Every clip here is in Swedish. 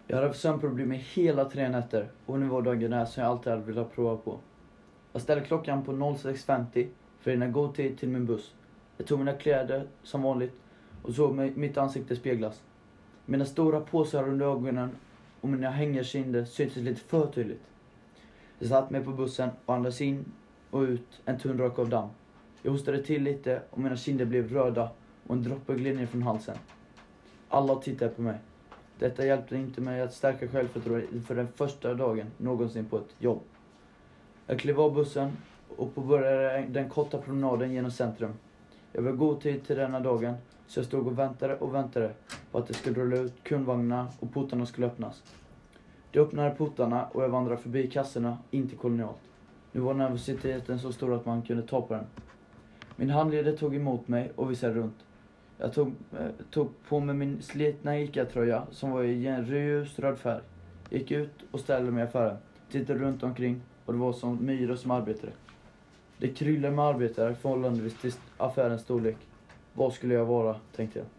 Jag hade sömnproblem i hela 3 nätter och nu var dagen där som jag alltid hade velat prova på. Jag ställde klockan på 06:50 för att hinna god tid till min buss. Jag tog mina kläder som vanligt och såg mitt ansikte speglas. Mina stora påsar under ögonen och mina hängerkinder syntes lite för tydligt. Jag satt mig på bussen och andades in och ut en tunn rök av damm. Jag hostade till lite och mina kinder blev röda och en droppe gled ner från halsen. Alla tittade på mig. Detta hjälpte inte mig att stärka självförtroendet för den första dagen någonsin på ett jobb. Jag klev av bussen och påbörjade den korta promenaden genom centrum. Jag var god tid till denna dagen så jag stod och väntade på att det skulle rulla ut kundvagnarna och portarna skulle öppnas. De öppnade portarna och jag vandrade förbi kassorna in till Kolonialt. Nu var nervositeten så stor att man kunde ta på den. Min handledare tog emot mig och visade runt. Jag tog på mig min slitna ICA-tröja som var i en ljus röd färg. Gick ut och ställde mig i affären. Tittade runt omkring och det var som myror som arbetade. Det kryllade med arbetare förhållandevis till affärens storlek. Vad skulle jag vara, tänkte jag.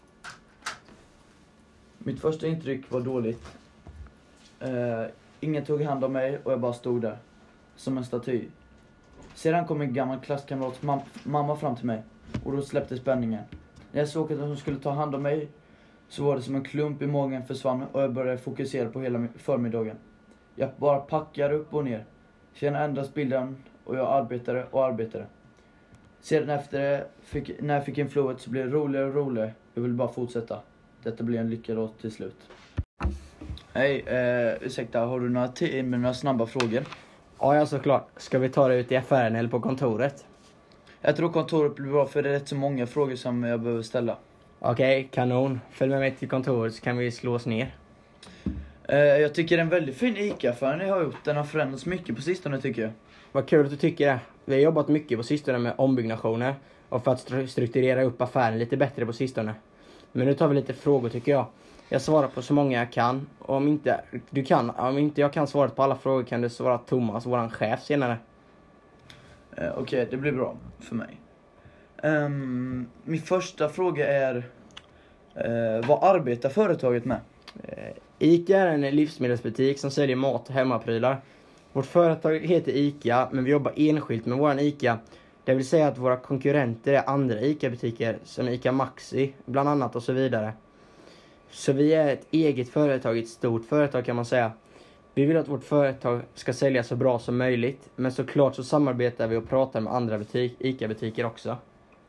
Mitt första intryck var dåligt. Ingen tog hand om mig och jag bara stod där. Som en staty. Sedan kom en gammal klasskamrats mamma fram till mig. Och då släppte spänningen. När jag såg att hon skulle ta hand om mig så var det som en klump i magen försvann och jag började fokusera på hela förmiddagen. Jag bara packade upp och ner. Sedan ändrades bilden och jag arbetade. Sedan när jag fick in flowet så blev det roligare och roligare. Jag ville bara fortsätta. Detta blev en lycka då till slut. Hej, ursäkta, har du några snabba frågor? Ja, såklart. Ska vi ta det ut i affären eller på kontoret? Jag tror kontoret blir bra för det är rätt så många frågor som jag behöver ställa. Okej, kanon. Följ med mig till kontoret så kan vi slå oss ner. Jag tycker det är en väldigt fin ICA-affär ni har gjort. Den har förändrats mycket på sistone tycker jag. Vad kul att du tycker det. Vi har jobbat mycket på sistone med ombyggnationer och för att strukturera upp affären lite bättre på sistone. Men nu tar vi lite frågor tycker jag. Jag svarar på så många jag kan. Om inte jag kan svara på alla frågor kan du svara Thomas, våran chef senare. Okej, det blir bra för mig. Min första fråga är vad arbetar företaget med? ICA är en livsmedelsbutik som säljer mat och hemmaprylar. Vårt företag heter ICA men vi jobbar enskilt med våran ICA. Det vill säga att våra konkurrenter är andra ICA-butiker som ICA Maxi bland annat och så vidare. Så vi är ett eget företag, ett stort företag kan man säga. Vi vill att vårt företag ska sälja så bra som möjligt. Men såklart så samarbetar vi och pratar med andra ICA-butiker också.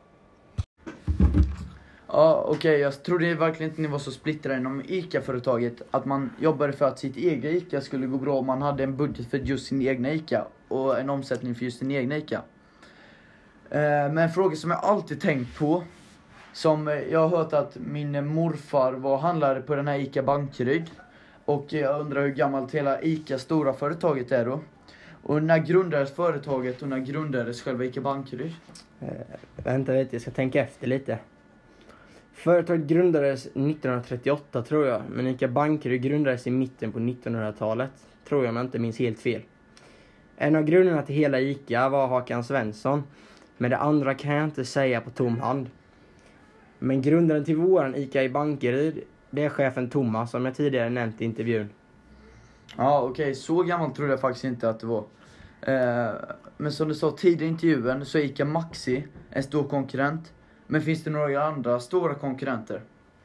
Ja, okej. Jag trodde verkligen inte ni var så splittrade inom ICA-företaget. Att man jobbade för att sitt egen ICA skulle gå bra om man hade en budget för just sin egna ICA. Och en omsättning för just sin egna ICA. Men en fråga som jag alltid tänkt på. Som jag har hört att min morfar var handlare på den här ICA Bankeryd. Och jag undrar hur gammalt hela ICA stora företaget är då. Och när grundades företaget och när grundades själva ICA Bankeryd? Vänta lite, jag ska tänka efter lite. Företaget grundades 1938 tror jag. Men ICA Bankeryd grundades i mitten på 1900-talet. Tror jag, men inte minns helt fel. En av grunderna till hela ICA var Håkan Svensson. Men det andra kan jag inte säga på tom hand. Men grundaren till våran ICA i Bankeryd, det är chefen Thomas som jag tidigare nämnt i intervjun. Ja, okej. Så gammalt trodde jag faktiskt inte att det var. Men som du sa tidigare i intervjun så är ICA Maxi en stor konkurrent. Men finns det några andra stora konkurrenter?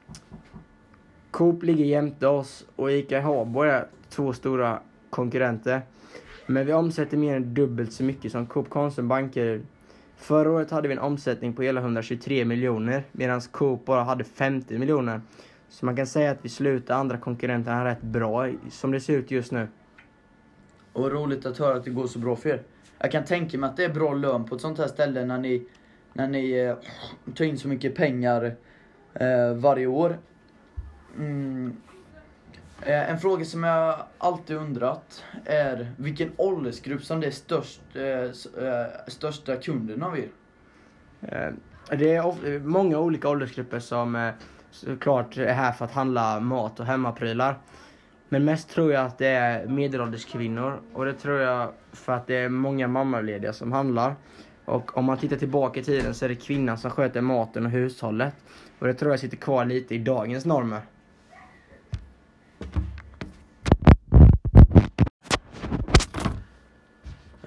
Coop ligger jämte oss och ICA Harborg är 2 stora konkurrenter. Men vi omsätter mer än dubbelt så mycket som Coop Konsum Bankeryd. Förra året hade vi en omsättning på hela 123 miljoner medan Coop bara hade 50 miljoner. Så man kan säga att vi slutar andra konkurrenterna rätt bra som det ser ut just nu. Och roligt att höra att det går så bra för er. Jag kan tänka mig att det är bra lön på ett sånt här ställe när ni tar in så mycket pengar varje år. En fråga som jag alltid undrat är vilken åldersgrupp som det är största kunden av er? Det är många olika åldersgrupper som såklart är här för att handla mat och hemmaprylar. Men mest tror jag att det är medelålders kvinnor. Och det tror jag för att det är många mammalediga som handlar. Och om man tittar tillbaka i tiden så är det kvinnan som sköter maten och hushållet. Och det tror jag sitter kvar lite i dagens normer.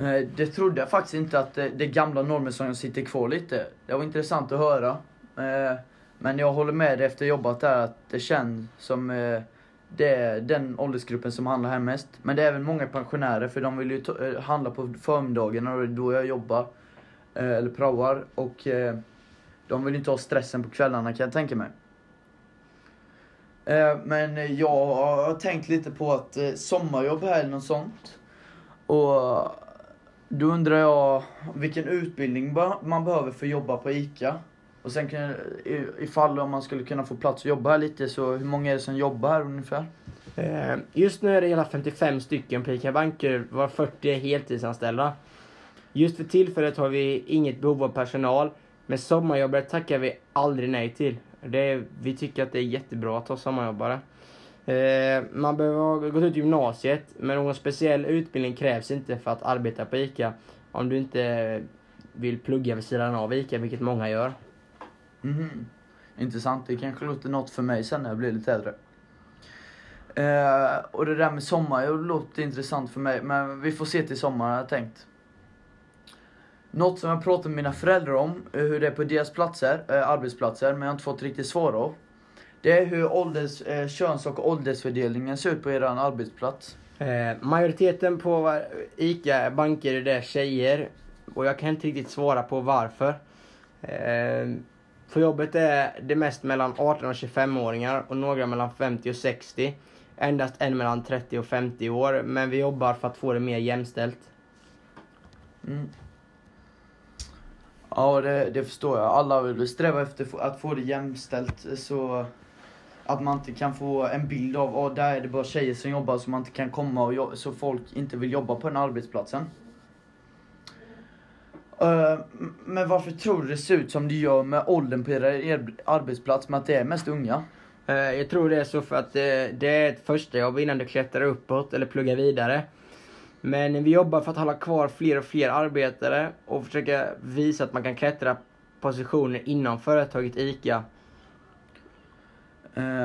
Det trodde jag faktiskt inte att det gamla normensången sitter kvar lite. Det var intressant att höra. Men jag håller med dig efter jobbat där att det känns som det är den åldersgruppen som handlar här mest. Men det är även många pensionärer för de vill ju handla på förmiddagen och då jag jobbar. Eller praoar. Och de vill inte ha stressen på kvällarna kan jag tänka mig. Men jag har tänkt lite på att sommarjobb här eller något sånt. Och då undrar jag vilken utbildning man behöver för att jobba på ICA. Och sen ifall om man skulle kunna få plats att jobba här lite, så hur många är det som jobbar här ungefär? Just nu är det hela 55 stycken på ICA Banker, var 40 är heltidsanställda. Just för tillfället har vi inget behov av personal, men sommarjobbare tackar vi aldrig nej till. Vi tycker att det är jättebra att ha sommarjobbare. Man behöver ha gått ut gymnasiet, men någon speciell utbildning krävs inte för att arbeta på ICA. Om du inte vill plugga vid sidan av ICA, vilket många gör. Intressant, det kanske låter något för mig sen när jag blir lite äldre. Och det där med sommarjobb låter intressant för mig, men vi får se till sommaren har jag tänkt. Något som jag pratat med mina föräldrar om, hur det är på deras arbetsplatser, men jag har inte fått riktigt svar av. Det är hur köns- och åldersfördelningen ser ut på er arbetsplats. Majoriteten på ICA banker är tjejer, och jag kan inte riktigt svara på varför. På jobbet är det mest mellan 18 och 25-åringar och några mellan 50 och 60. Endast en mellan 30 och 50 år, men vi jobbar för att få det mer jämställt. Ja, det förstår jag. Alla vill sträva efter att få det jämställt, så att man inte kan få en bild av där är det bara tjejer som jobbar, så man inte kan komma och så folk inte vill jobba på den arbetsplatsen. Men varför tror du det ser ut som det gör med åldern på er arbetsplats, med att det är mest unga? Jag tror det är så för att det är ett första jobb innan du klättrar uppåt eller pluggar vidare. Men vi jobbar för att hålla kvar fler och fler arbetare och försöka visa att man kan klättra positioner inom företaget ICA.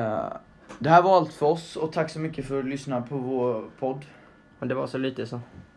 Det här var allt för oss, och tack så mycket för att lyssna på vår podd. Och det var så lite så.